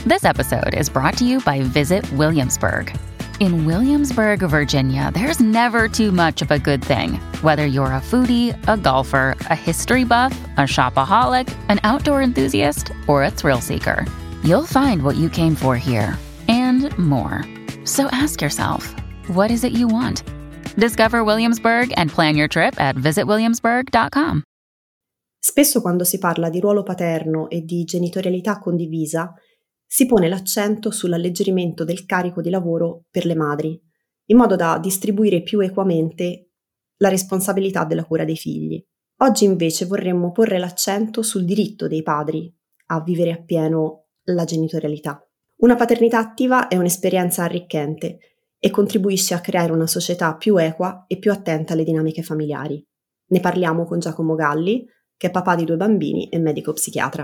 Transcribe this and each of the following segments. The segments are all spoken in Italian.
This episode is brought to you by Visit Williamsburg. In Williamsburg, Virginia, there's never too much of a good thing. Whether you're a foodie, a golfer, a history buff, a shopaholic, an outdoor enthusiast, or a thrill seeker, you'll find what you came for here and more. So ask yourself, what is it you want? Discover Williamsburg and plan your trip at visitwilliamsburg.com. Spesso quando si parla di ruolo paterno e di genitorialità condivisa, si pone l'accento sull'alleggerimento del carico di lavoro per le madri, in modo da distribuire più equamente la responsabilità della cura dei figli. Oggi invece vorremmo porre l'accento sul diritto dei padri a vivere appieno la genitorialità. Una paternità attiva è un'esperienza arricchente e contribuisce a creare una società più equa e più attenta alle dinamiche familiari. Ne parliamo con Giacomo Galli, che è papà di 2 bambini e medico psichiatra.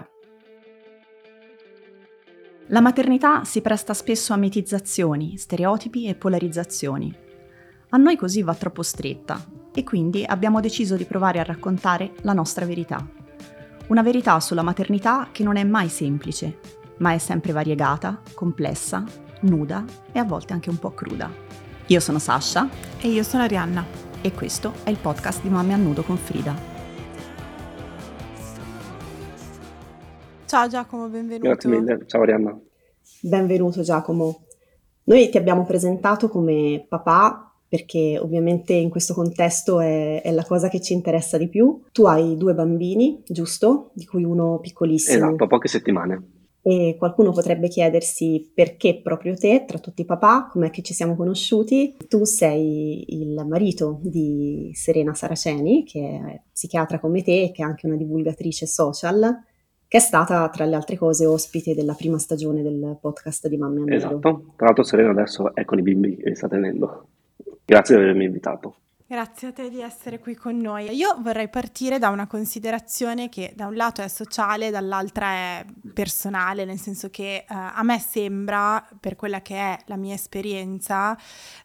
La maternità si presta spesso a mitizzazioni, stereotipi e polarizzazioni. A noi così va troppo stretta e quindi abbiamo deciso di provare a raccontare la nostra verità. Una verità sulla maternità che non è mai semplice, ma è sempre variegata, complessa, nuda e a volte anche un po' cruda. Io sono Sasha e io sono Arianna e questo è il podcast di Mamme a Nudo con Frida. Ciao Giacomo, benvenuto. Grazie mille, ciao Arianna. Benvenuto Giacomo. Noi ti abbiamo presentato come papà perché ovviamente in questo contesto è la cosa che ci interessa di più. Tu hai 2 bambini, giusto? Di cui uno piccolissimo. Esatto, poche settimane. E qualcuno potrebbe chiedersi perché proprio te, tra tutti i papà, com'è che ci siamo conosciuti. Tu sei il marito di Serena Saraceni, che è psichiatra come te e che è anche una divulgatrice social, che è stata, tra le altre cose, ospite della prima stagione del podcast di Mamme a Nudo. Esatto, tra l'altro Serena adesso è con i bimbi e li sta tenendo. Grazie di avermi invitato. Grazie a te di essere qui con noi. Io vorrei partire da una considerazione che da un lato è sociale, dall'altra è personale, nel senso che a me sembra, per quella che è la mia esperienza,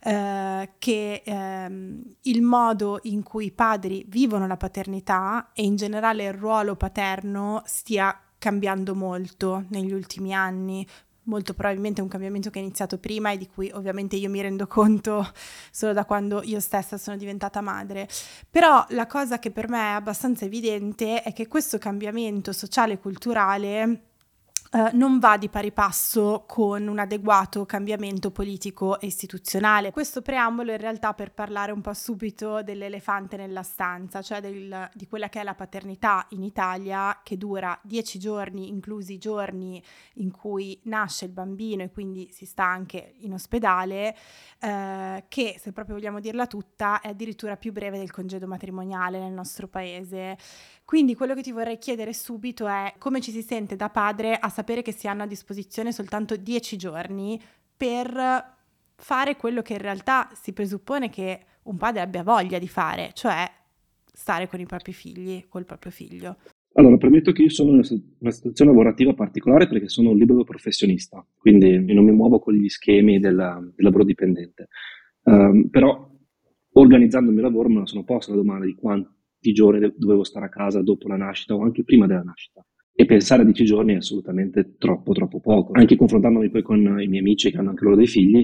che il modo in cui i padri vivono la paternità e in generale il ruolo paterno stia cambiando molto negli ultimi anni. Molto probabilmente è un cambiamento che è iniziato prima e di cui ovviamente io mi rendo conto solo da quando io stessa sono diventata madre. Però la cosa che per me è abbastanza evidente è che questo cambiamento sociale e culturale non va di pari passo con un adeguato cambiamento politico e istituzionale. Questo preambolo in realtà per parlare un po' subito dell'elefante nella stanza, cioè di quella che è la paternità in Italia, che dura 10 giorni, inclusi i giorni in cui nasce il bambino e quindi si sta anche in ospedale, che, se proprio vogliamo dirla tutta, è addirittura più breve del congedo matrimoniale nel nostro paese. Quindi quello che ti vorrei chiedere subito è come ci si sente da padre a sapere che si hanno a disposizione soltanto 10 giorni per fare quello che in realtà si presuppone che un padre abbia voglia di fare, cioè stare con i propri figli, col proprio figlio. Allora, premetto che io sono in una situazione lavorativa particolare perché sono un libero professionista, quindi non mi muovo con gli schemi del lavoro dipendente. Però organizzando il mio lavoro me la sono posta la domanda di quanti giorni dovevo stare a casa dopo la nascita o anche prima della nascita. E pensare a 10 giorni è assolutamente troppo poco. Anche confrontandomi poi con i miei amici che hanno anche loro dei figli,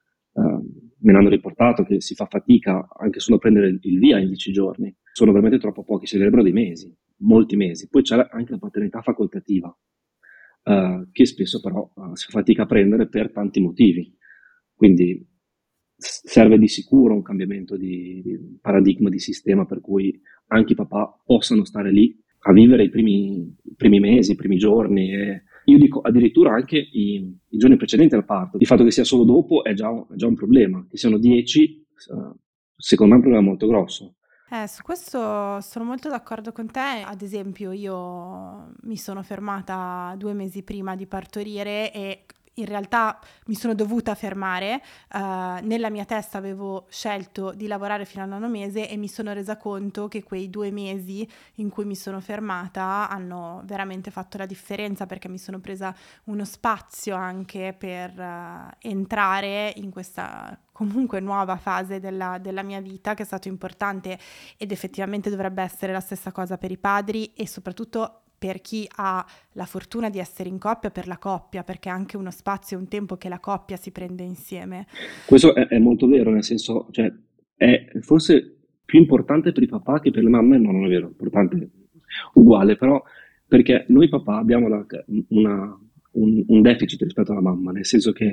me ne hanno riportato che si fa fatica anche solo a prendere il via in 10 giorni. Sono veramente troppo pochi, si vedrebbero dei mesi, molti mesi. Poi c'è anche la paternità facoltativa, che spesso però si fa fatica a prendere per tanti motivi. Quindi serve di sicuro un cambiamento di paradigma, di sistema, per cui anche i papà possano stare lì a vivere i primi mesi, i primi giorni. E io dico addirittura anche i giorni precedenti al parto. Il fatto che sia solo dopo è già un problema. Che siano 10, secondo me è un problema molto grosso. Su questo sono molto d'accordo con te. Ad esempio, io mi sono fermata 2 mesi prima di partorire e in realtà mi sono dovuta fermare. Nella mia testa avevo scelto di lavorare fino al 9° mese e mi sono resa conto che quei 2 mesi in cui mi sono fermata hanno veramente fatto la differenza, perché mi sono presa uno spazio anche per entrare in questa comunque nuova fase della mia vita, che è stato importante, ed effettivamente dovrebbe essere la stessa cosa per i padri, e soprattutto per chi ha la fortuna di essere in coppia, per la coppia, perché è anche uno spazio e un tempo che la coppia si prende insieme. Questo è molto vero, nel senso, cioè, è forse più importante per i papà che per le mamme, no, non è vero, importante uguale, però perché noi papà abbiamo un deficit rispetto alla mamma, nel senso che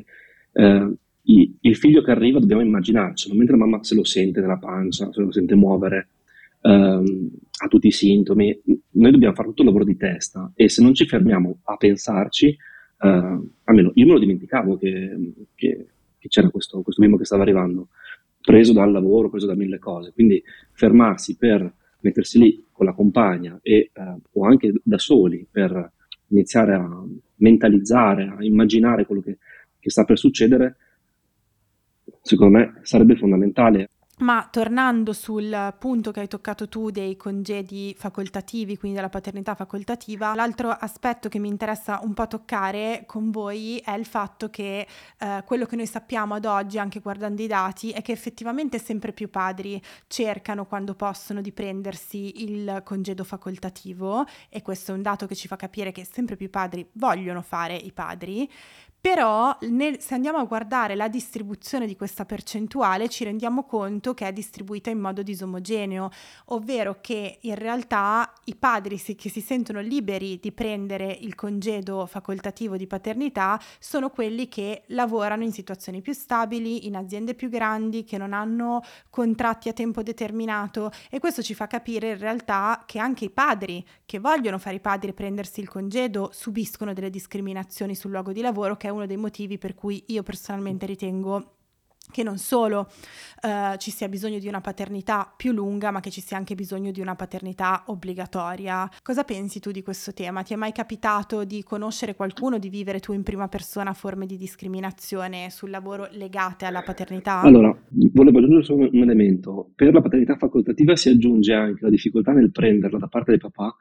il figlio che arriva dobbiamo immaginarcelo, mentre la mamma se lo sente nella pancia, se lo sente muovere, ha tutti i sintomi, noi dobbiamo fare tutto il lavoro di testa e se non ci fermiamo a pensarci, almeno io me lo dimenticavo che c'era questo bimbo che stava arrivando, preso dal lavoro, preso da mille cose, quindi fermarsi per mettersi lì con la compagna o anche da soli per iniziare a mentalizzare, a immaginare quello che sta per succedere, secondo me sarebbe fondamentale. Ma tornando sul punto che hai toccato tu dei congedi facoltativi, quindi della paternità facoltativa, l'altro aspetto che mi interessa un po' toccare con voi è il fatto che quello che noi sappiamo ad oggi, anche guardando i dati, è che effettivamente sempre più padri cercano quando possono di prendersi il congedo facoltativo, e questo è un dato che ci fa capire che sempre più padri vogliono fare i padri. Però se andiamo a guardare la distribuzione di questa percentuale ci rendiamo conto che è distribuita in modo disomogeneo, ovvero che in realtà i padri che si sentono liberi di prendere il congedo facoltativo di paternità sono quelli che lavorano in situazioni più stabili, in aziende più grandi, che non hanno contratti a tempo determinato, e questo ci fa capire in realtà che anche i padri che vogliono fare i padri e prendersi il congedo subiscono delle discriminazioni sul luogo di lavoro, che è uno dei motivi per cui io personalmente ritengo che non solo ci sia bisogno di una paternità più lunga, ma che ci sia anche bisogno di una paternità obbligatoria. Cosa pensi tu di questo tema? Ti è mai capitato di conoscere qualcuno, di vivere tu in prima persona forme di discriminazione sul lavoro legate alla paternità? Allora, volevo aggiungere solo un elemento. Per la paternità facoltativa si aggiunge anche la difficoltà nel prenderla da parte del papà,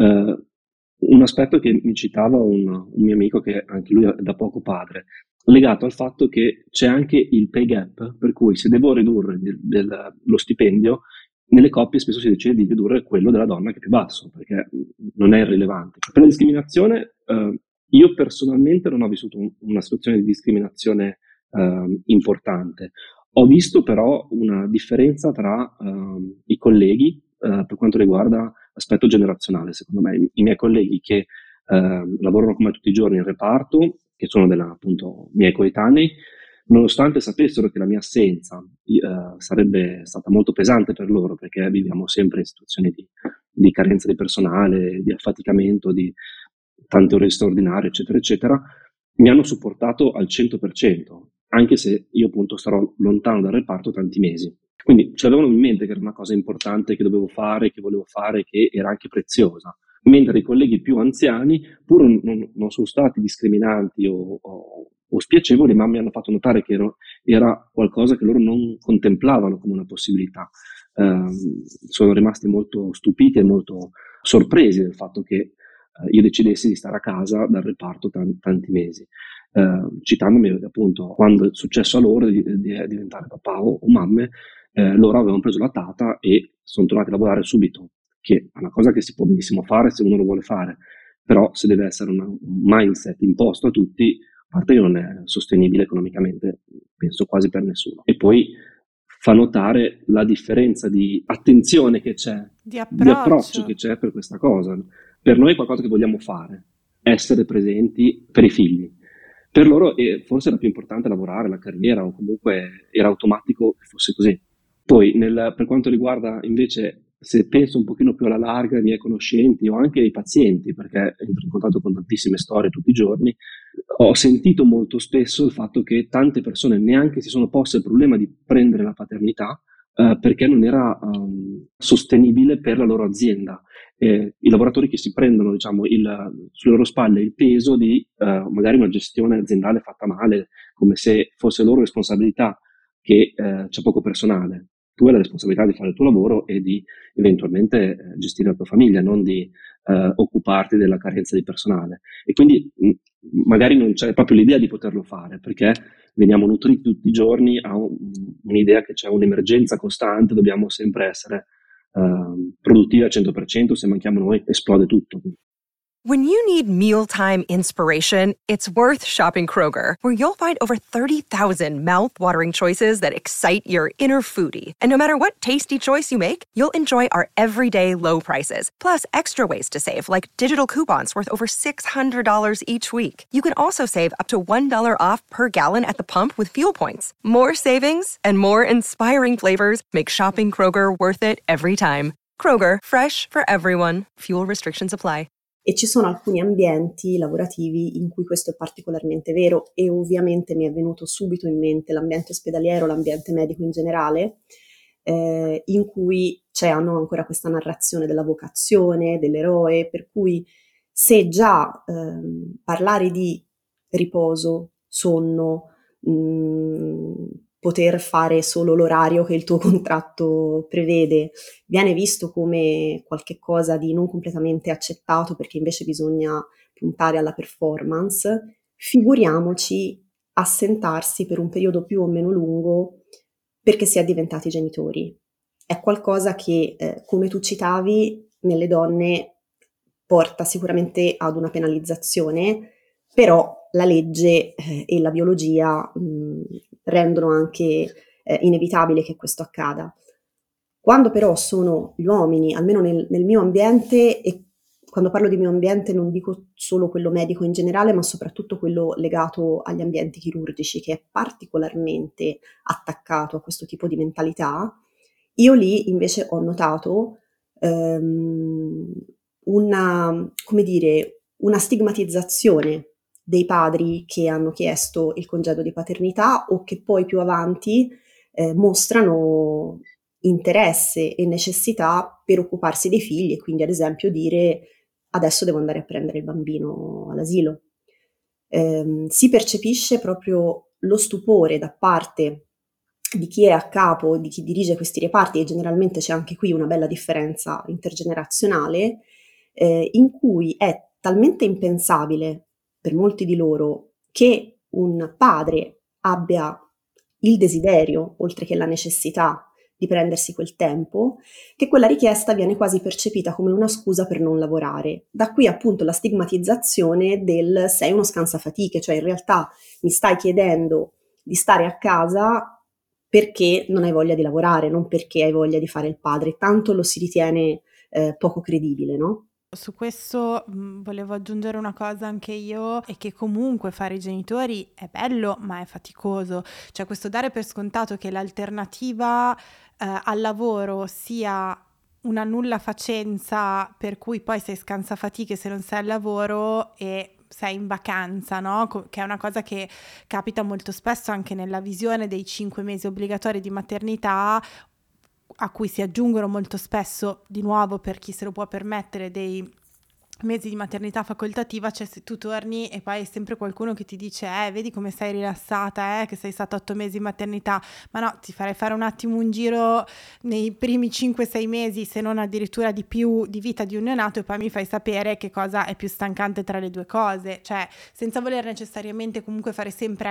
un aspetto che mi citava un mio amico che anche lui è da poco padre, legato al fatto che c'è anche il pay gap, per cui se devo ridurre lo stipendio, nelle coppie spesso si decide di ridurre quello della donna che è più basso, perché non è irrilevante. Per la discriminazione, io personalmente non ho vissuto una situazione di discriminazione importante. Ho visto però una differenza tra i colleghi per quanto riguarda l'aspetto generazionale, secondo me. I miei colleghi che lavorano come tutti i giorni in reparto, che sono appunto miei coetanei, nonostante sapessero che la mia assenza sarebbe stata molto pesante per loro, perché viviamo sempre in situazioni di carenza di personale, di affaticamento, di tante ore straordinarie, eccetera, eccetera, mi hanno supportato al 100%, anche se io appunto starò lontano dal reparto tanti mesi. Quindi ci avevano in mente che era una cosa importante che dovevo fare, che volevo fare, che era anche preziosa. Mentre i colleghi più anziani, pur non sono stati discriminanti o spiacevoli, ma mi hanno fatto notare che era qualcosa che loro non contemplavano come una possibilità. Sono rimasti molto stupiti e molto sorpresi del fatto che io decidessi di stare a casa dal reparto tanti mesi, citandomi appunto quando è successo a loro di diventare papà o mamme, loro avevano preso la tata e sono tornati a lavorare subito, che è una cosa che si può benissimo fare se uno lo vuole fare, però se deve essere un mindset imposto a tutti, a parte che non è sostenibile economicamente, penso quasi per nessuno. E poi fa notare la differenza di attenzione che c'è, di approccio che c'è per questa cosa. Per noi è qualcosa che vogliamo fare, essere presenti per i figli. Per loro forse era più importante lavorare, la carriera, o comunque era automatico che fosse così. Poi per quanto riguarda invece, se penso un pochino più alla larga, i miei conoscenti o anche i pazienti, perché entro in contatto con tantissime storie tutti i giorni, ho sentito molto spesso il fatto che tante persone neanche si sono poste il problema di prendere la paternità perché non era sostenibile per la loro azienda. I lavoratori che si prendono, diciamo, sulle loro spalle il peso di magari una gestione aziendale fatta male, come se fosse loro responsabilità che c'è poco personale. Tu hai la responsabilità di fare il tuo lavoro e di eventualmente gestire la tua famiglia, non di occuparti della carenza di personale. E quindi magari non c'è proprio l'idea di poterlo fare, perché veniamo nutriti tutti i giorni a un'idea che c'è un'emergenza costante, dobbiamo sempre essere produttivi al 100%, se manchiamo noi esplode tutto. When you need mealtime inspiration, it's worth shopping Kroger, where you'll find over 30,000 mouth-watering choices that excite your inner foodie. And no matter what tasty choice you make, you'll enjoy our everyday low prices, plus extra ways to save, like digital coupons worth over $600 each week. You can also save up to $1 off per gallon at the pump with fuel points. More savings and more inspiring flavors make shopping Kroger worth it every time. Kroger, fresh for everyone. Fuel restrictions apply. E ci sono alcuni ambienti lavorativi in cui questo è particolarmente vero, e ovviamente mi è venuto subito in mente l'ambiente ospedaliero, l'ambiente medico in generale, in cui hanno ancora questa narrazione della vocazione, dell'eroe, per cui se già parlare di riposo, sonno, poter fare solo l'orario che il tuo contratto prevede viene visto come qualche cosa di non completamente accettato, perché invece bisogna puntare alla performance, figuriamoci assentarsi per un periodo più o meno lungo perché si è diventati genitori. È qualcosa che, come tu citavi, nelle donne porta sicuramente ad una penalizzazione, però la legge e la biologia rendono anche inevitabile che questo accada. Quando però sono gli uomini, almeno nel mio ambiente, e quando parlo di mio ambiente non dico solo quello medico in generale, ma soprattutto quello legato agli ambienti chirurgici, che è particolarmente attaccato a questo tipo di mentalità, io lì invece ho notato una stigmatizzazione dei padri che hanno chiesto il congedo di paternità o che poi più avanti mostrano interesse e necessità per occuparsi dei figli, e quindi ad esempio dire adesso devo andare a prendere il bambino all'asilo. Si percepisce proprio lo stupore da parte di chi è a capo, di chi dirige questi reparti, e generalmente c'è anche qui una bella differenza intergenerazionale, in cui è talmente impensabile per molti di loro che un padre abbia il desiderio, oltre che la necessità, di prendersi quel tempo, che quella richiesta viene quasi percepita come una scusa per non lavorare. Da qui appunto la stigmatizzazione del sei uno scansafatiche, cioè in realtà mi stai chiedendo di stare a casa perché non hai voglia di lavorare, non perché hai voglia di fare il padre, tanto lo si ritiene poco credibile, no? Su questo volevo aggiungere una cosa anche io, e che comunque fare i genitori è bello ma è faticoso, cioè questo dare per scontato che l'alternativa al lavoro sia una nulla facenza per cui poi sei scansafatiche se non sei al lavoro e sei in vacanza, no? Che è una cosa che capita molto spesso anche nella visione dei 5 mesi obbligatori di maternità, a cui si aggiungono molto spesso, di nuovo per chi se lo può permettere, dei mesi di maternità facoltativa, cioè se tu torni e poi è sempre qualcuno che ti dice vedi come sei rilassata, che sei stata 8 mesi in maternità, ma no, ti farei fare un attimo un giro nei primi 5-6 mesi, se non addirittura di più, di vita di un neonato, e poi mi fai sapere che cosa è più stancante tra le due cose, cioè senza voler necessariamente comunque fare sempre a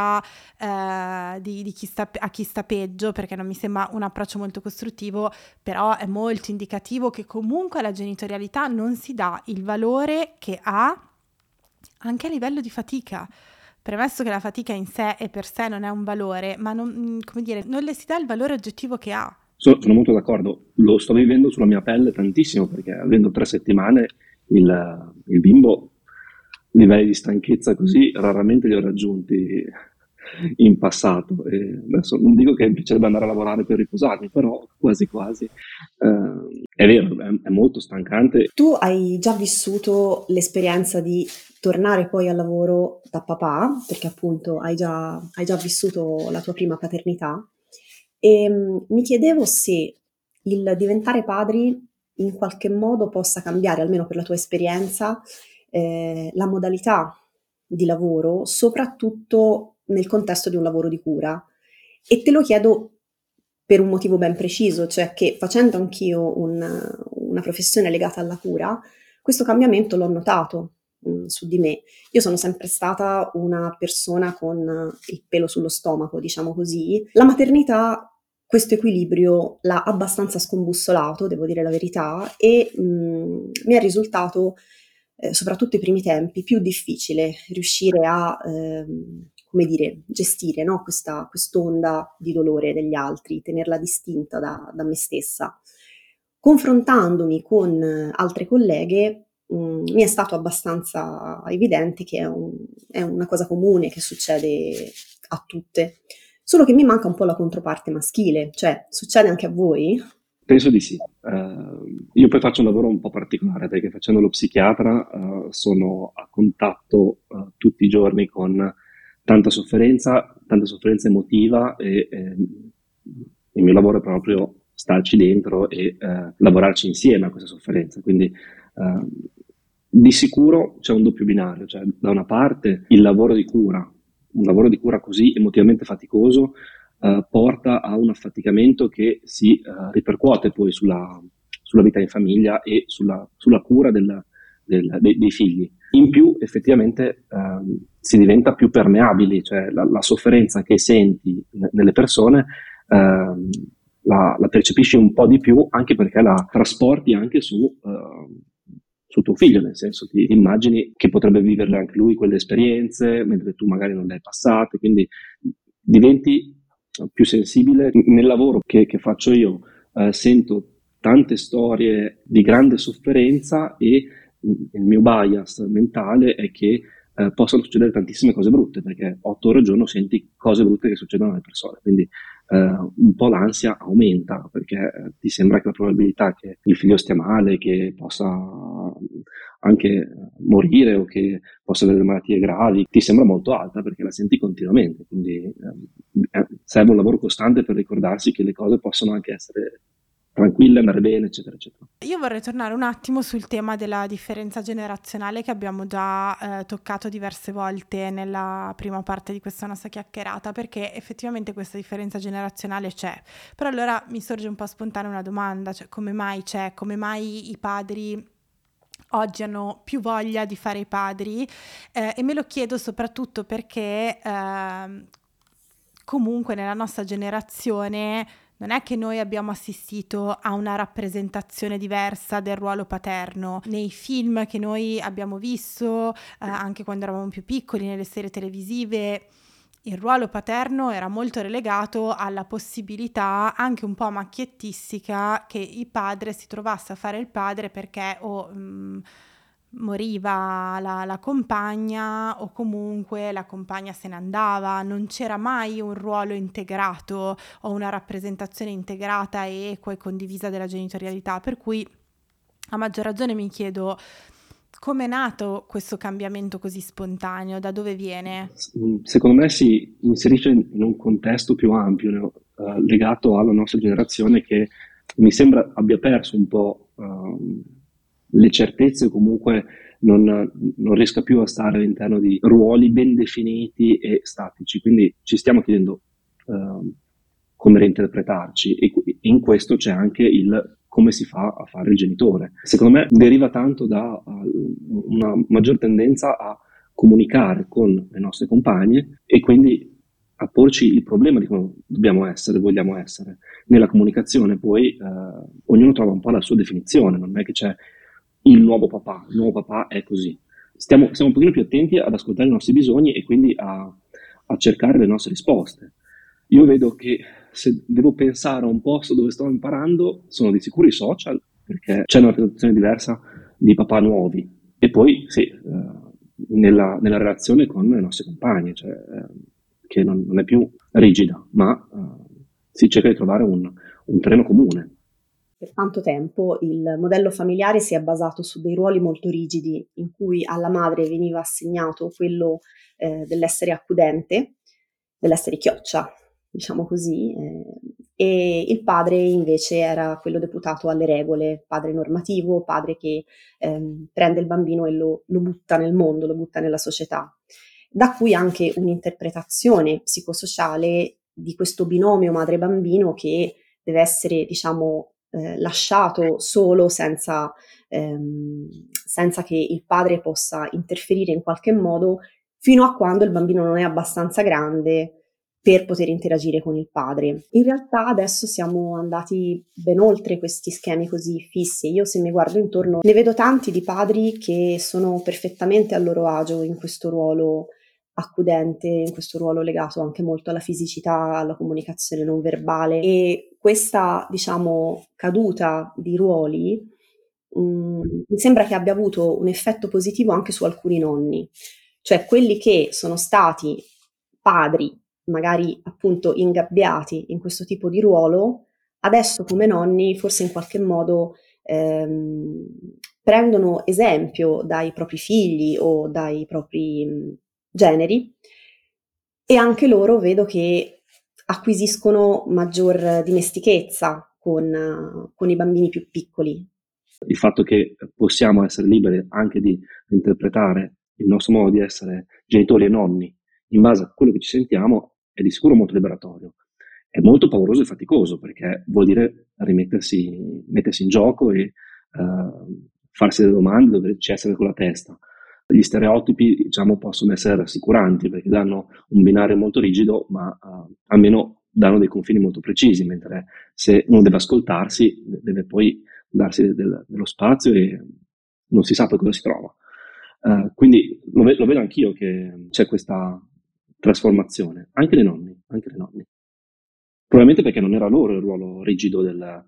gara di chi sta peggio, perché non mi sembra un approccio molto costruttivo, però è molto indicativo che comunque alla genitorialità non si dà il valore che ha anche a livello di fatica, premesso che la fatica in sé e per sé non è un valore, ma non le si dà il valore oggettivo che ha. Sono molto d'accordo, lo sto vivendo sulla mia pelle tantissimo, perché avendo 3 settimane il bimbo livelli di stanchezza così raramente li ho raggiunti in passato, e adesso non dico che mi piacerebbe andare a lavorare per riposarmi, però quasi quasi. È vero, è molto stancante. Tu hai già vissuto l'esperienza di tornare poi al lavoro da papà, perché appunto hai già vissuto la tua prima paternità, e mi chiedevo se il diventare padri in qualche modo possa cambiare, almeno per la tua esperienza, la modalità di lavoro, soprattutto nel contesto di un lavoro di cura. E te lo chiedo per un motivo ben preciso, cioè che facendo anch'io una professione legata alla cura, questo cambiamento l'ho notato su di me. Io sono sempre stata una persona con il pelo sullo stomaco, diciamo così. La maternità questo equilibrio l'ha abbastanza scombussolato, devo dire la verità, e mi è risultato soprattutto i primi tempi, più difficile riuscire a, come dire, gestire, no, quest'onda di dolore degli altri, tenerla distinta da me stessa. Confrontandomi con altre colleghe, mi è stato abbastanza evidente che è una cosa comune che succede a tutte, solo che mi manca un po' la controparte maschile, cioè succede anche a voi? Penso di sì. Io poi faccio un lavoro un po' particolare perché facendo lo psichiatra sono a contatto tutti i giorni con tanta sofferenza emotiva e il mio lavoro è proprio starci dentro e lavorarci insieme a questa sofferenza. Quindi di sicuro c'è un doppio binario, cioè da una parte il lavoro di cura, un lavoro di cura così emotivamente faticoso porta a un affaticamento che si ripercuote poi sulla vita in famiglia e sulla cura dei figli. In più, effettivamente, si diventa più permeabili, cioè la sofferenza che senti nelle persone la percepisci un po' di più, anche perché la trasporti anche su tuo figlio, nel senso ti immagini che potrebbe viverle anche lui quelle esperienze, mentre tu magari non le hai passate, quindi diventi più sensibile. Nel lavoro che faccio io sento tante storie di grande sofferenza e il mio bias mentale è che possono succedere tantissime cose brutte, perché 8 ore al giorno senti cose brutte che succedono alle persone, quindi un po' l'ansia aumenta, perché ti sembra che la probabilità che il figlio stia male, che possa anche morire o che possa avere delle malattie gravi, ti sembra molto alta perché la senti continuamente, quindi serve un lavoro costante per ricordarsi che le cose possono anche essere tranquille, andare bene, eccetera, eccetera. Io vorrei tornare un attimo sul tema della differenza generazionale che abbiamo già toccato diverse volte nella prima parte di questa nostra chiacchierata, perché effettivamente questa differenza generazionale c'è. Però allora mi sorge un po' spontanea una domanda, cioè come mai c'è, come mai i padri oggi hanno più voglia di fare i padri, e me lo chiedo soprattutto perché comunque nella nostra generazione non è che noi abbiamo assistito a una rappresentazione diversa del ruolo paterno. Nei film che noi abbiamo visto, anche quando eravamo più piccoli, nelle serie televisive, il ruolo paterno era molto relegato alla possibilità, anche un po' macchiettistica, che il padre si trovasse a fare il padre perché moriva la compagna o comunque la compagna se ne andava, non c'era mai un ruolo integrato o una rappresentazione integrata e equa e condivisa della genitorialità, per cui a maggior ragione mi chiedo come è nato questo cambiamento così spontaneo, da dove viene? Secondo me si inserisce in un contesto più ampio, legato alla nostra generazione che mi sembra abbia perso un po' le certezze o comunque non riesca più a stare all'interno di ruoli ben definiti e statici. Quindi ci stiamo chiedendo come reinterpretarci e in questo c'è anche il come si fa a fare il genitore. Secondo me deriva tanto da una maggior tendenza a comunicare con le nostre compagne e quindi a porci il problema di come dobbiamo essere, vogliamo essere. Nella comunicazione poi ognuno trova un po' la sua definizione, non è che c'è il nuovo papà è così. Stiamo un pochino più attenti ad ascoltare i nostri bisogni e quindi a cercare le nostre risposte. Io vedo che se devo pensare a un posto dove sto imparando, sono di sicuro i social, perché c'è una rappresentazione diversa di papà nuovi. E poi, sì, nella relazione con le nostre compagne, cioè, che non è più rigida, ma si cerca di trovare un terreno comune. Per tanto tempo il modello familiare si è basato su dei ruoli molto rigidi, in cui alla madre veniva assegnato quello dell'essere accudente, dell'essere chioccia, diciamo così, e il padre invece era quello deputato alle regole, padre normativo, padre che prende il bambino e lo butta nel mondo, lo butta nella società. Da cui anche un'interpretazione psicosociale di questo binomio madre-bambino che deve essere, diciamo, lasciato solo senza che il padre possa interferire in qualche modo, fino a quando il bambino non è abbastanza grande per poter interagire con il padre. In realtà adesso siamo andati ben oltre questi schemi così fissi. Io, se mi guardo intorno, ne vedo tanti di padri che sono perfettamente a loro agio in questo ruolo accudente, in questo ruolo legato anche molto alla fisicità, alla comunicazione non verbale, e questa, diciamo, caduta di ruoli mi sembra che abbia avuto un effetto positivo anche su alcuni nonni, cioè quelli che sono stati padri magari appunto ingabbiati in questo tipo di ruolo, adesso come nonni forse in qualche modo prendono esempio dai propri figli o dai propri generi, e anche loro vedo che acquisiscono maggior dimestichezza con i bambini più piccoli. Il fatto che possiamo essere liberi anche di interpretare il nostro modo di essere genitori e nonni in base a quello che ci sentiamo è di sicuro molto liberatorio. È molto pauroso e faticoso, perché vuol dire mettersi in gioco e farsi delle domande, doverci essere con la testa. Gli stereotipi, diciamo, possono essere rassicuranti perché danno un binario molto rigido, ma almeno danno dei confini molto precisi, mentre se uno deve ascoltarsi, deve poi darsi dello spazio e non si sa poi cosa si trova. Quindi lo vedo anch'io che c'è questa trasformazione, anche le nonni. Probabilmente perché non era loro il ruolo rigido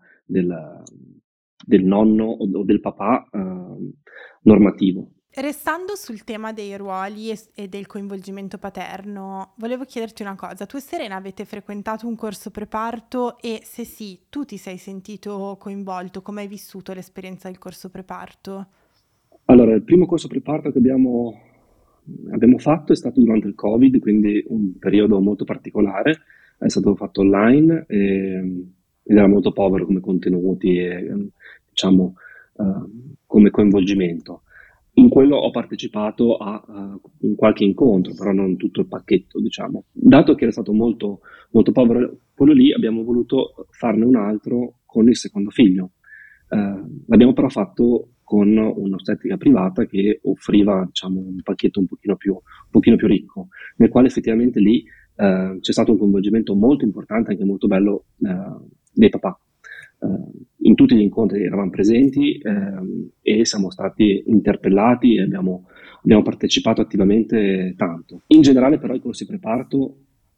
del nonno o del papà normativo. Restando sul tema dei ruoli e del coinvolgimento paterno, volevo chiederti una cosa. Tu e Serena avete frequentato un corso preparto e se sì, tu ti sei sentito coinvolto? Come hai vissuto l'esperienza del corso preparto? Allora, il primo corso preparto che abbiamo fatto è stato durante il Covid, quindi un periodo molto particolare. È stato fatto online ed era molto povero come contenuti e diciamo come coinvolgimento. In quello ho partecipato a un qualche incontro, però non tutto il pacchetto, diciamo. Dato che era stato molto, molto povero quello lì, abbiamo voluto farne un altro con il secondo figlio. L'abbiamo però fatto con un'ostetrica privata che offriva, diciamo, un pacchetto un pochino più ricco, nel quale effettivamente lì c'è stato un coinvolgimento molto importante, anche molto bello, dei papà. In tutti gli incontri eravamo presenti e siamo stati interpellati e abbiamo partecipato attivamente tanto. In generale però i corsi preparto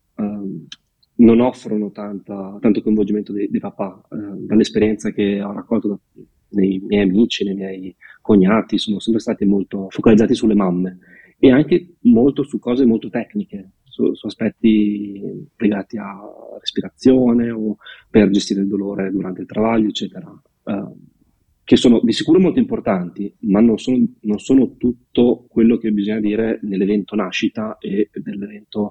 non offrono tanto coinvolgimento dei papà. Dall'esperienza che ho raccolto nei miei amici, nei miei cognati, sono sempre stati molto focalizzati sulle mamme e anche molto su cose molto tecniche, su aspetti legati a respirazione o per gestire il dolore durante il travaglio, eccetera, che sono di sicuro molto importanti, ma non sono tutto quello che bisogna dire nell'evento nascita e nell'evento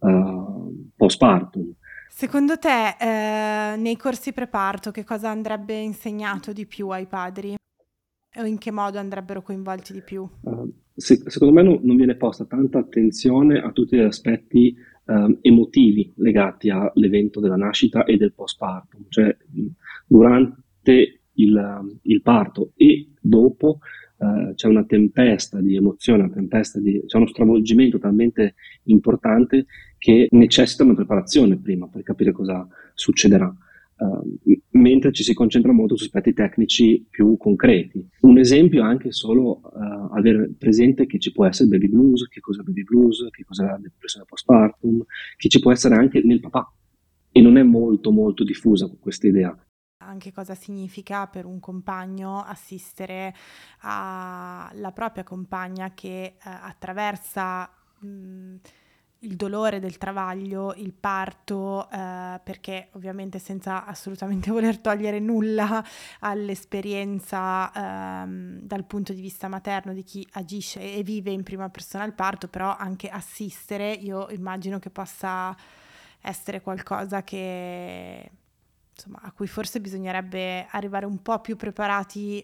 postpartum. Secondo te, nei corsi preparto, che cosa andrebbe insegnato di più ai padri? O in che modo andrebbero coinvolti di più? Secondo me non viene posta tanta attenzione a tutti gli aspetti emotivi legati all'evento della nascita e del postpartum, cioè durante il parto e dopo c'è una tempesta di emozioni, c'è uno stravolgimento talmente importante che necessita una preparazione prima per capire cosa succederà. Mentre ci si concentra molto su aspetti tecnici più concreti. Un esempio è anche solo avere presente che ci può essere baby blues, che cos'è baby blues, che cos'è la depressione postpartum, che ci può essere anche nel papà e non è molto molto diffusa questa idea. Anche cosa significa per un compagno assistere alla propria compagna che attraversa il dolore del travaglio, il parto, perché ovviamente senza assolutamente voler togliere nulla all'esperienza dal punto di vista materno di chi agisce e vive in prima persona il parto, però anche assistere, io immagino che possa essere qualcosa che, insomma, a cui forse bisognerebbe arrivare un po' più preparati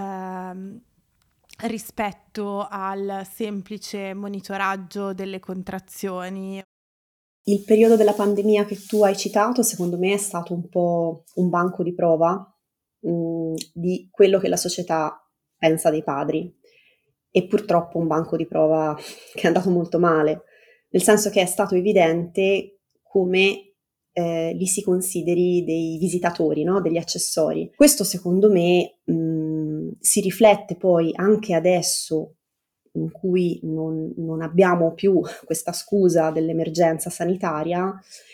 rispetto al semplice monitoraggio delle contrazioni. Il periodo della pandemia che tu hai citato, secondo me, è stato un po' un banco di prova di quello che la società pensa dei padri, e purtroppo un banco di prova che è andato molto male, nel senso che è stato evidente come li si consideri dei visitatori, no? Degli accessori. Questo secondo me si riflette poi anche adesso in cui non abbiamo più questa scusa dell'emergenza sanitaria,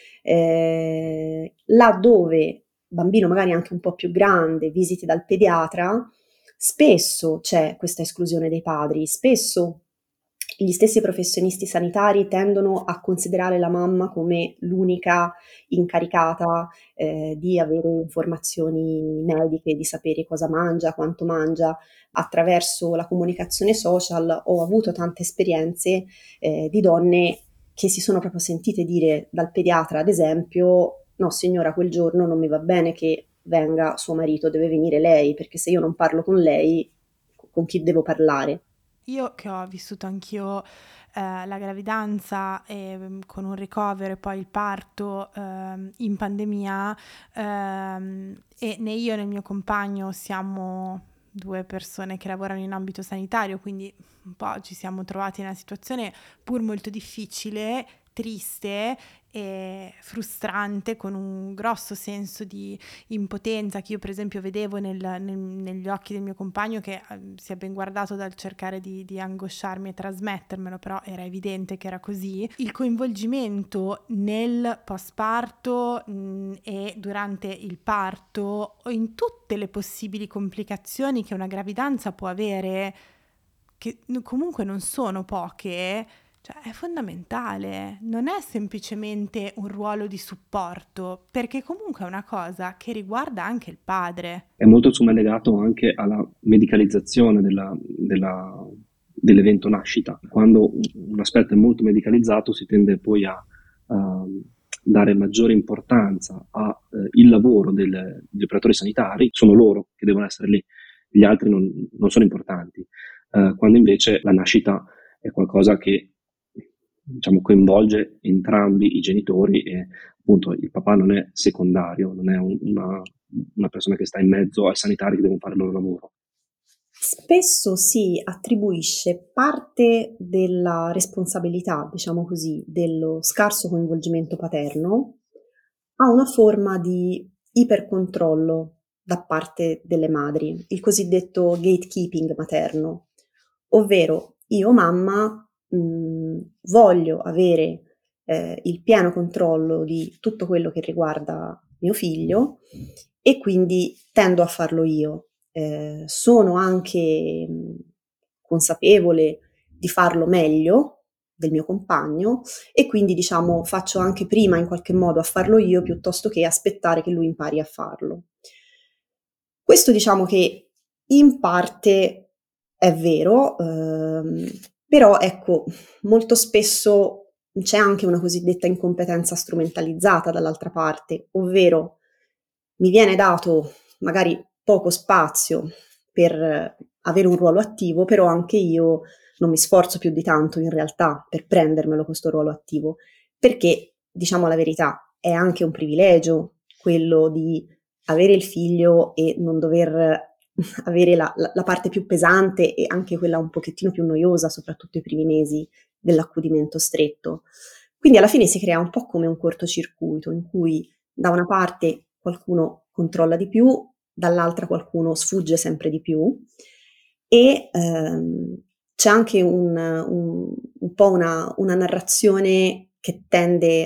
laddove bambino magari anche un po' più grande, visiti dal pediatra, spesso c'è questa esclusione dei padri, spesso gli stessi professionisti sanitari tendono a considerare la mamma come l'unica incaricata di avere informazioni mediche, di sapere cosa mangia, quanto mangia. Attraverso la comunicazione social ho avuto tante esperienze di donne che si sono proprio sentite dire dal pediatra, ad esempio, no signora, quel giorno non mi va bene che venga suo marito, deve venire lei, perché se io non parlo con lei, con chi devo parlare? Io che ho vissuto anch'io la gravidanza con un ricovero e poi il parto in pandemia, e né io né il mio compagno siamo due persone che lavorano in ambito sanitario, quindi un po' ci siamo trovati in una situazione pur molto difficile, triste e frustrante, con un grosso senso di impotenza che io per esempio vedevo negli occhi del mio compagno, che si è ben guardato dal cercare di angosciarmi e trasmettermelo, però era evidente che era così. Il coinvolgimento nel postparto e durante il parto o in tutte le possibili complicazioni che una gravidanza può avere, che comunque non sono poche, cioè è fondamentale, non è semplicemente un ruolo di supporto, perché comunque è una cosa che riguarda anche il padre. È molto insomma legato anche alla medicalizzazione dell'evento nascita. Quando un aspetto è molto medicalizzato si tende poi a dare maggiore importanza al lavoro degli operatori sanitari, sono loro che devono essere lì, gli altri non sono importanti, quando invece la nascita è qualcosa che diciamo coinvolge entrambi i genitori e appunto il papà non è secondario, non è una persona che sta in mezzo ai sanitari che devono fare il loro lavoro. Spesso si attribuisce parte della responsabilità, diciamo così, dello scarso coinvolgimento paterno a una forma di ipercontrollo da parte delle madri, il cosiddetto gatekeeping materno, ovvero io mamma voglio avere il pieno controllo di tutto quello che riguarda mio figlio e quindi tendo a farlo io. Sono anche consapevole di farlo meglio del mio compagno e quindi diciamo faccio anche prima in qualche modo a farlo io piuttosto che aspettare che lui impari a farlo. Questo diciamo che in parte è vero, però ecco, molto spesso c'è anche una cosiddetta incompetenza strumentalizzata dall'altra parte, ovvero mi viene dato magari poco spazio per avere un ruolo attivo, però anche io non mi sforzo più di tanto in realtà per prendermelo questo ruolo attivo, perché diciamo la verità, è anche un privilegio quello di avere il figlio e non dover avere la parte più pesante e anche quella un pochettino più noiosa, soprattutto i primi mesi dell'accudimento stretto. Quindi alla fine si crea un po' come un cortocircuito in cui da una parte qualcuno controlla di più, dall'altra qualcuno sfugge sempre di più e c'è anche un po' una narrazione che tende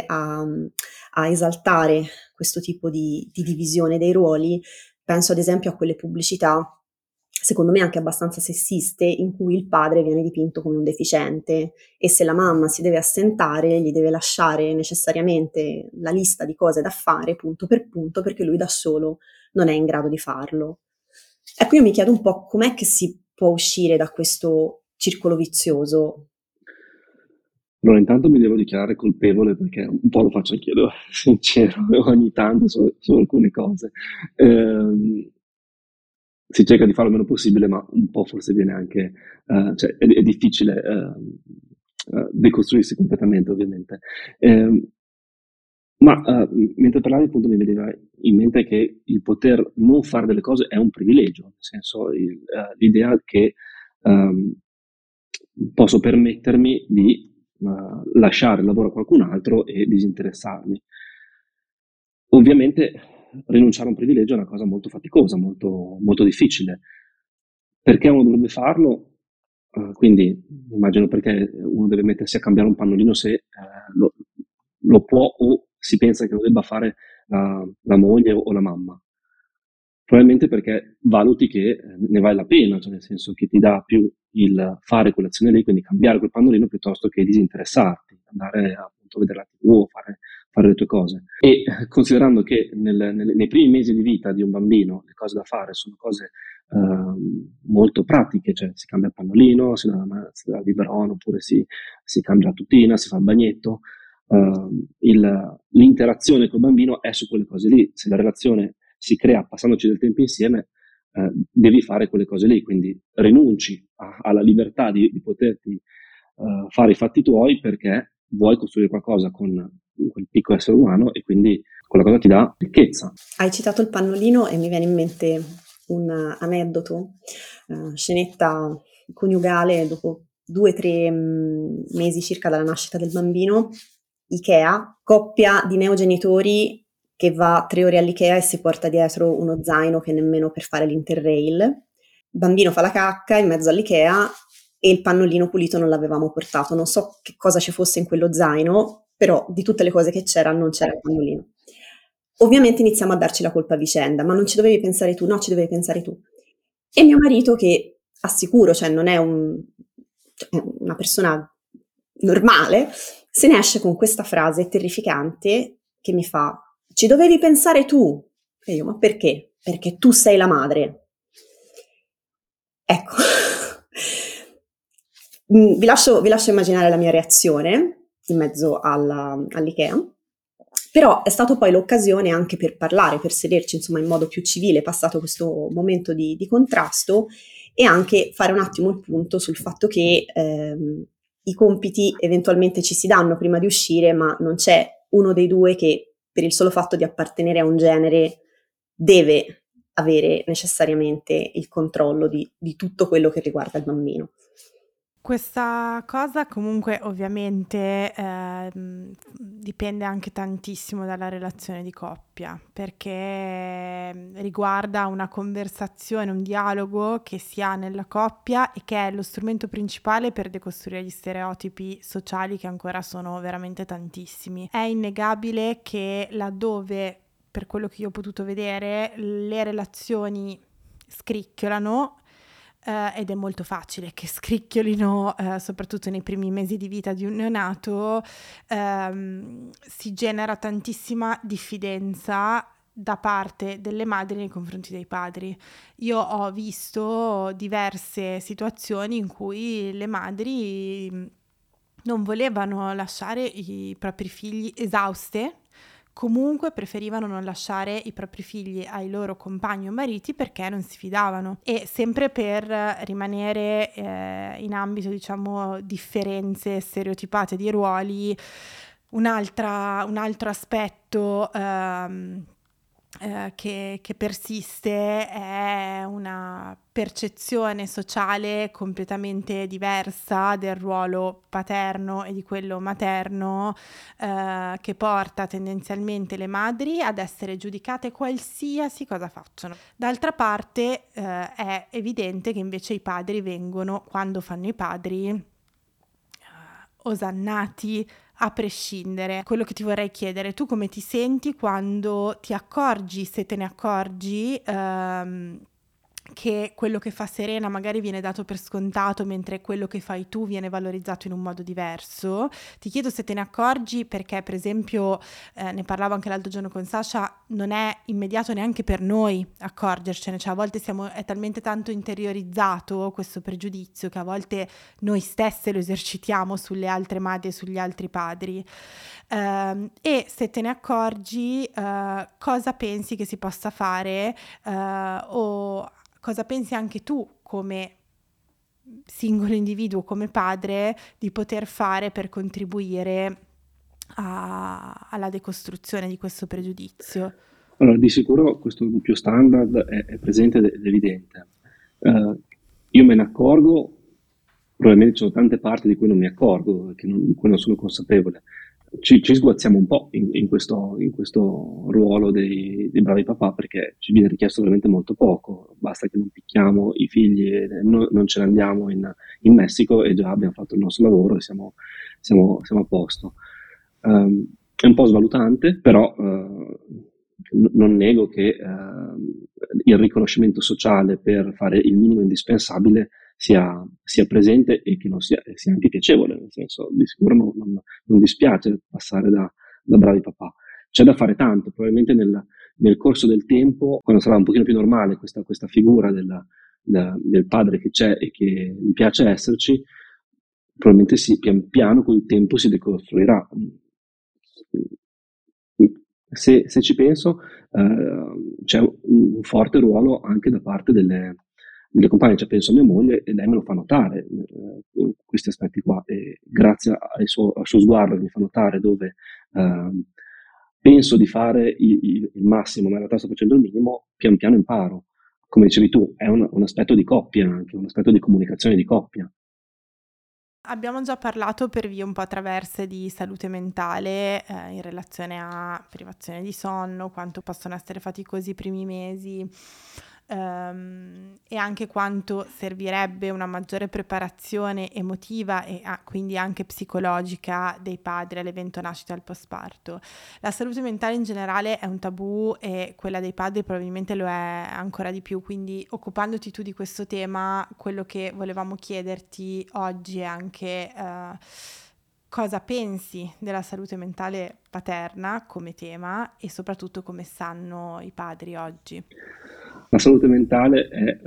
a esaltare questo tipo di divisione dei ruoli. Penso ad esempio a quelle pubblicità, secondo me anche abbastanza sessiste, in cui il padre viene dipinto come un deficiente e se la mamma si deve assentare gli deve lasciare necessariamente la lista di cose da fare punto per punto perché lui da solo non è in grado di farlo. Ecco, io mi chiedo un po' com'è che si può uscire da questo circolo vizioso. Allora, intanto mi devo dichiarare colpevole perché un po' lo faccio anch'io, devo essere sincero, ogni tanto su alcune cose. Si cerca di farlo il meno possibile, ma un po' forse viene anche, cioè è difficile decostruirsi completamente, ovviamente. Mentre parlavi appunto mi veniva in mente che il poter non fare delle cose è un privilegio, nel senso l'idea che posso permettermi di lasciare il lavoro a qualcun altro e disinteressarmi. Ovviamente rinunciare a un privilegio è una cosa molto faticosa, molto, molto difficile. Perché uno dovrebbe farlo? Quindi immagino perché uno deve mettersi a cambiare un pannolino se lo può o si pensa che lo debba fare la moglie o la mamma. Probabilmente perché valuti che ne vale la pena, cioè nel senso che ti dà più il fare quell'azione lì, quindi cambiare quel pannolino piuttosto che disinteressarti, andare appunto a vedere la TV o fare le tue cose. E considerando che nei primi mesi di vita di un bambino le cose da fare sono cose molto pratiche, cioè si cambia il pannolino, si dà il biberon, oppure si cambia la tutina, si fa il bagnetto, l'interazione col bambino è su quelle cose lì. Se la relazione si crea passandoci del tempo insieme, devi fare quelle cose lì, quindi rinunci alla libertà di poterti fare i fatti tuoi perché vuoi costruire qualcosa con quel piccolo essere umano e quindi quella cosa ti dà ricchezza. Hai citato il pannolino e mi viene in mente un aneddoto, scenetta coniugale dopo 2 o 3 mesi circa dalla nascita del bambino. Ikea, coppia di neogenitori che va 3 ore all'Ikea e si porta dietro uno zaino che nemmeno per fare l'Interrail. Il bambino fa la cacca in mezzo all'Ikea e il pannolino pulito non l'avevamo portato. Non so che cosa ci fosse in quello zaino, però di tutte le cose che c'era non c'era il pannolino. Ovviamente iniziamo a darci la colpa a vicenda, ma non ci dovevi pensare tu, no, ci dovevi pensare tu. E mio marito, che assicuro, cioè non è è una persona normale, se ne esce con questa frase terrificante che mi fa: ci dovevi pensare tu. E io: ma perché? Perché tu sei la madre. Ecco. Vi lascio immaginare la mia reazione in mezzo all'Ikea. Però è stato poi l'occasione anche per parlare, per sederci insomma in modo più civile, passato questo momento di contrasto, e anche fare un attimo il punto sul fatto che i compiti eventualmente ci si danno prima di uscire, ma non c'è uno dei due che per il solo fatto di appartenere a un genere deve avere necessariamente il controllo di tutto quello che riguarda il bambino. Questa cosa comunque ovviamente dipende anche tantissimo dalla relazione di coppia, perché riguarda una conversazione, un dialogo che si ha nella coppia e che è lo strumento principale per decostruire gli stereotipi sociali che ancora sono veramente tantissimi. È innegabile che laddove, per quello che io ho potuto vedere, le relazioni scricchiolano, ed è molto facile che scricchiolino, soprattutto nei primi mesi di vita di un neonato, si genera tantissima diffidenza da parte delle madri nei confronti dei padri. Io ho visto diverse situazioni in cui le madri non volevano lasciare i propri figli esauste, comunque preferivano non lasciare i propri figli ai loro compagni o mariti perché non si fidavano. E sempre per rimanere in ambito, diciamo, differenze stereotipate di ruoli, un altro aspetto che persiste è una percezione sociale completamente diversa del ruolo paterno e di quello materno, che porta tendenzialmente le madri ad essere giudicate qualsiasi cosa facciano. D'altra parte è evidente che invece i padri vengono, quando fanno i padri, osannati a prescindere. Quello che ti vorrei chiedere: tu come ti senti quando ti accorgi, se te ne accorgi, che quello che fa Serena magari viene dato per scontato, mentre quello che fai tu viene valorizzato in un modo diverso? Ti chiedo se te ne accorgi perché, per esempio, ne parlavo anche l'altro giorno con Sasha, non è immediato neanche per noi accorgercene, cioè a volte è talmente tanto interiorizzato questo pregiudizio che a volte noi stesse lo esercitiamo sulle altre madri e sugli altri padri. E se te ne accorgi, cosa pensi che si possa fare, o cosa pensi anche tu come singolo individuo, come padre, di poter fare per contribuire alla decostruzione di questo pregiudizio? Allora, di sicuro questo doppio standard è presente ed evidente. Io me ne accorgo probabilmente ci sono tante parti di cui non mi accorgo, di cui non sono consapevole. Ci sguazziamo un po' in questo ruolo dei bravi papà, perché ci viene richiesto veramente molto poco, basta che non picchiamo i figli e non ce ne andiamo in Messico e già abbiamo fatto il nostro lavoro e siamo a posto. È un po' svalutante, però non nego che il riconoscimento sociale per fare il minimo indispensabile sia presente e che non sia anche piacevole, nel senso, di sicuro non dispiace passare da bravi papà. C'è da fare tanto, probabilmente nel corso del tempo, quando sarà un pochino più normale questa figura del padre che c'è e che gli piace esserci, probabilmente sì, pian piano col tempo si decostruirà. Se ci penso, c'è un forte ruolo anche da parte delle compagne, cioè penso a mia moglie e lei me lo fa notare, questi aspetti qua, e grazie al suo sguardo che mi fa notare dove penso di fare il massimo, ma in realtà sto facendo il minimo, pian piano imparo. Come dicevi tu, è un aspetto di coppia anche, un aspetto di comunicazione di coppia. Abbiamo già parlato per vie un po' traverse di salute mentale in relazione a privazione di sonno, quanto possono essere faticosi i primi mesi e anche quanto servirebbe una maggiore preparazione emotiva e quindi anche psicologica dei padri all'evento nascita e al postparto. La salute mentale in generale è un tabù e quella dei padri probabilmente lo è ancora di più, quindi occupandoti tu di questo tema, quello che volevamo chiederti oggi è anche cosa pensi della salute mentale paterna come tema e soprattutto come stanno i padri oggi. La salute mentale è,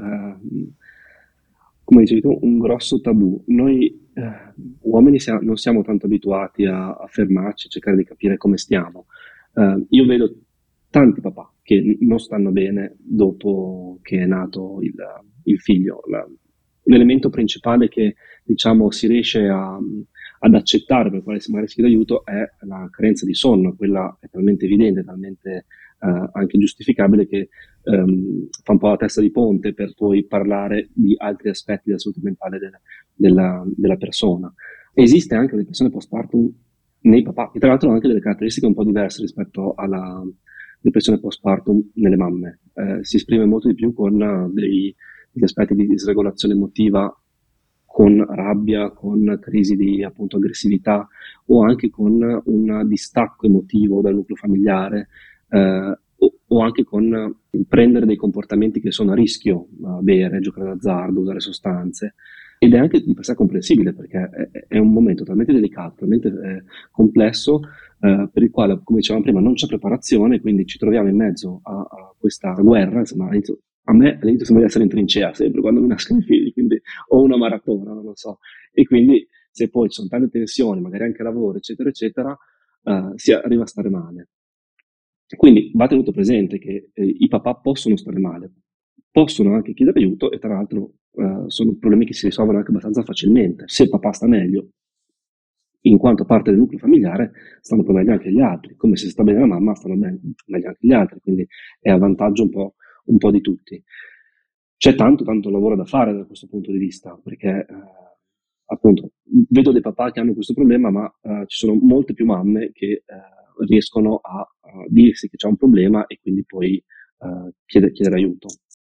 come dicevi tu, un grosso tabù. Noi uomini non siamo tanto abituati a fermarci, a cercare di capire come stiamo. Io vedo tanti papà che non stanno bene dopo che è nato il figlio. L'elemento principale che, diciamo, si riesce ad accettare, per quale magari si chiede aiuto, è la carenza di sonno. Quella è talmente evidente, talmente anche giustificabile, che fa un po' la testa di ponte per poi parlare di altri aspetti della salute mentale della persona. Esiste anche la depressione postpartum nei papà, e tra l'altro ha anche delle caratteristiche un po' diverse rispetto alla depressione postpartum nelle mamme. Si esprime molto di più con degli aspetti di disregolazione emotiva, con rabbia, con crisi di appunto aggressività, o anche con un distacco emotivo dal nucleo familiare, o anche con il prendere dei comportamenti che sono a rischio, bere, giocare d'azzardo, usare sostanze. Ed è anche di per sé comprensibile, perché è un momento talmente delicato, talmente complesso, per il quale, come dicevamo prima, non c'è preparazione, quindi ci troviamo in mezzo a questa guerra. Insomma, a me all'inizio sembra di essere in trincea sempre quando mi nascono i figli, quindi o una maratona, non lo so. E quindi se poi ci sono tante tensioni, magari anche lavoro, eccetera, eccetera, si arriva a stare male. Quindi va tenuto presente che i papà possono stare male, possono anche chiedere aiuto, e tra l'altro sono problemi che si risolvono anche abbastanza facilmente. Se il papà sta meglio, in quanto parte del nucleo familiare, stanno poi meglio anche gli altri, come se sta bene la mamma, stanno meglio anche gli altri, quindi è a vantaggio un po' di tutti. C'è tanto lavoro da fare da questo punto di vista, perché appunto vedo dei papà che hanno questo problema, ma ci sono molte più mamme che riescono a dirsi che c'è un problema e quindi poi chiedere aiuto.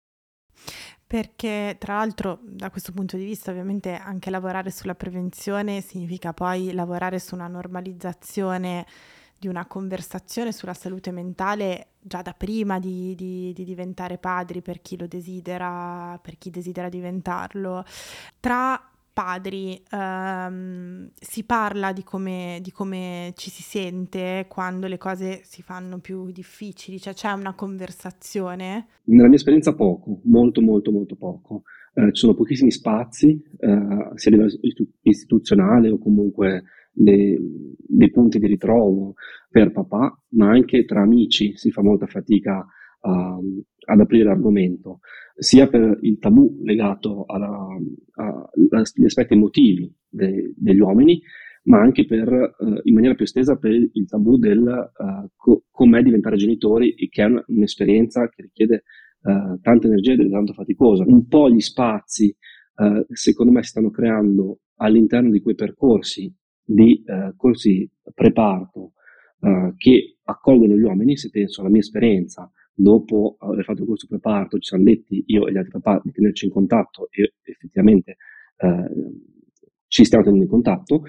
Perché tra l'altro da questo punto di vista ovviamente anche lavorare sulla prevenzione significa poi lavorare su una normalizzazione di una conversazione sulla salute mentale già da prima di diventare padri, per chi lo desidera, per chi desidera diventarlo. Tra padri si parla di come ci si sente quando le cose si fanno più difficili, cioè c'è una conversazione? Nella mia esperienza poco, molto poco. Ci sono pochissimi spazi, sia a livello istituzionale o comunque dei punti di ritrovo per papà, ma anche tra amici si fa molta fatica ad aprire l'argomento, sia per il tabù legato agli aspetti emotivi degli uomini, ma anche in maniera più estesa per il tabù del com'è diventare genitori, che è un'esperienza che richiede tanta energia ed è tanto faticosa. Un po' gli spazi secondo me si stanno creando all'interno di quei percorsi di corsi preparto che accolgono gli uomini. Se penso alla mia esperienza, dopo aver fatto il corso preparto ci siamo detti, io e gli altri papà, di tenerci in contatto, e effettivamente ci stiamo tenendo in contatto,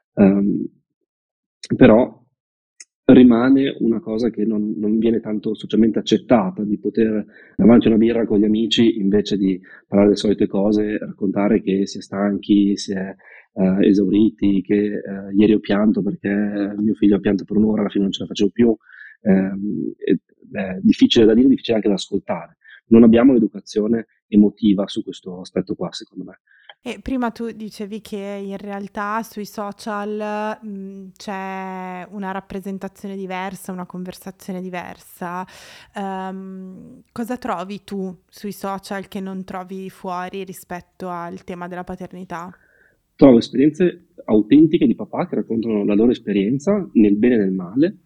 però rimane una cosa che non viene tanto socialmente accettata, di poter davanti a una birra con gli amici, invece di parlare delle solite cose, raccontare che si è stanchi, si è esauriti, che ieri ho pianto perché mio figlio ha pianto per un'ora, alla fine non ce la facevo più. È difficile da dire, difficile anche da ascoltare. Non abbiamo l'educazione emotiva su questo aspetto qua, secondo me. E prima tu dicevi che in realtà sui social c'è una rappresentazione diversa, una conversazione diversa. Cosa trovi tu sui social che non trovi fuori rispetto al tema della paternità? Trovo esperienze autentiche di papà che raccontano la loro esperienza nel bene e nel male,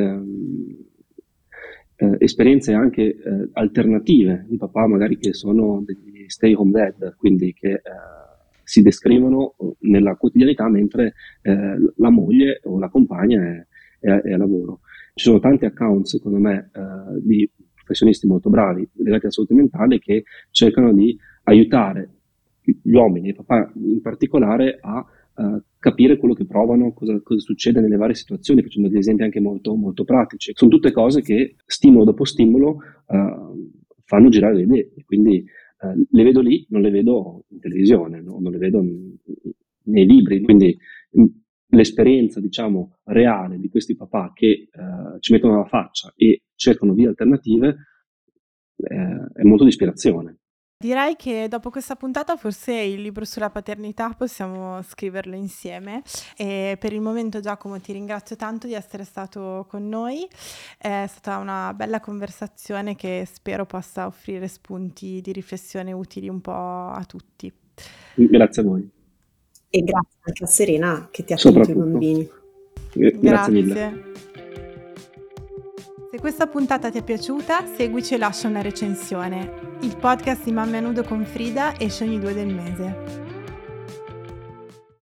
esperienze anche alternative di papà magari che sono degli stay home dad, quindi che si descrivono nella quotidianità mentre la moglie o la compagna è a lavoro. Ci sono tanti account, secondo me, di professionisti molto bravi legati alla salute mentale che cercano di aiutare gli uomini, e papà in particolare, a capire quello che provano, cosa succede nelle varie situazioni, facendo degli esempi anche molto, molto pratici. Sono tutte cose che stimolo dopo stimolo fanno girare le idee, e quindi le vedo lì, non le vedo in televisione, no? Non le vedo nei libri, quindi l'esperienza, diciamo, reale di questi papà che ci mettono la faccia e cercano vie alternative è molto di ispirazione. Direi che dopo questa puntata forse il libro sulla paternità possiamo scriverlo insieme, e per il momento Giacomo ti ringrazio tanto di essere stato con noi, è stata una bella conversazione che spero possa offrire spunti di riflessione utili un po' a tutti. Grazie a voi. E grazie anche a Serena che ti ha tenuto i bambini. Grazie mille. Se questa puntata ti è piaciuta, seguici e lascia una recensione. Il podcast di Mamme a Nudo con Frida esce ogni 2 del mese.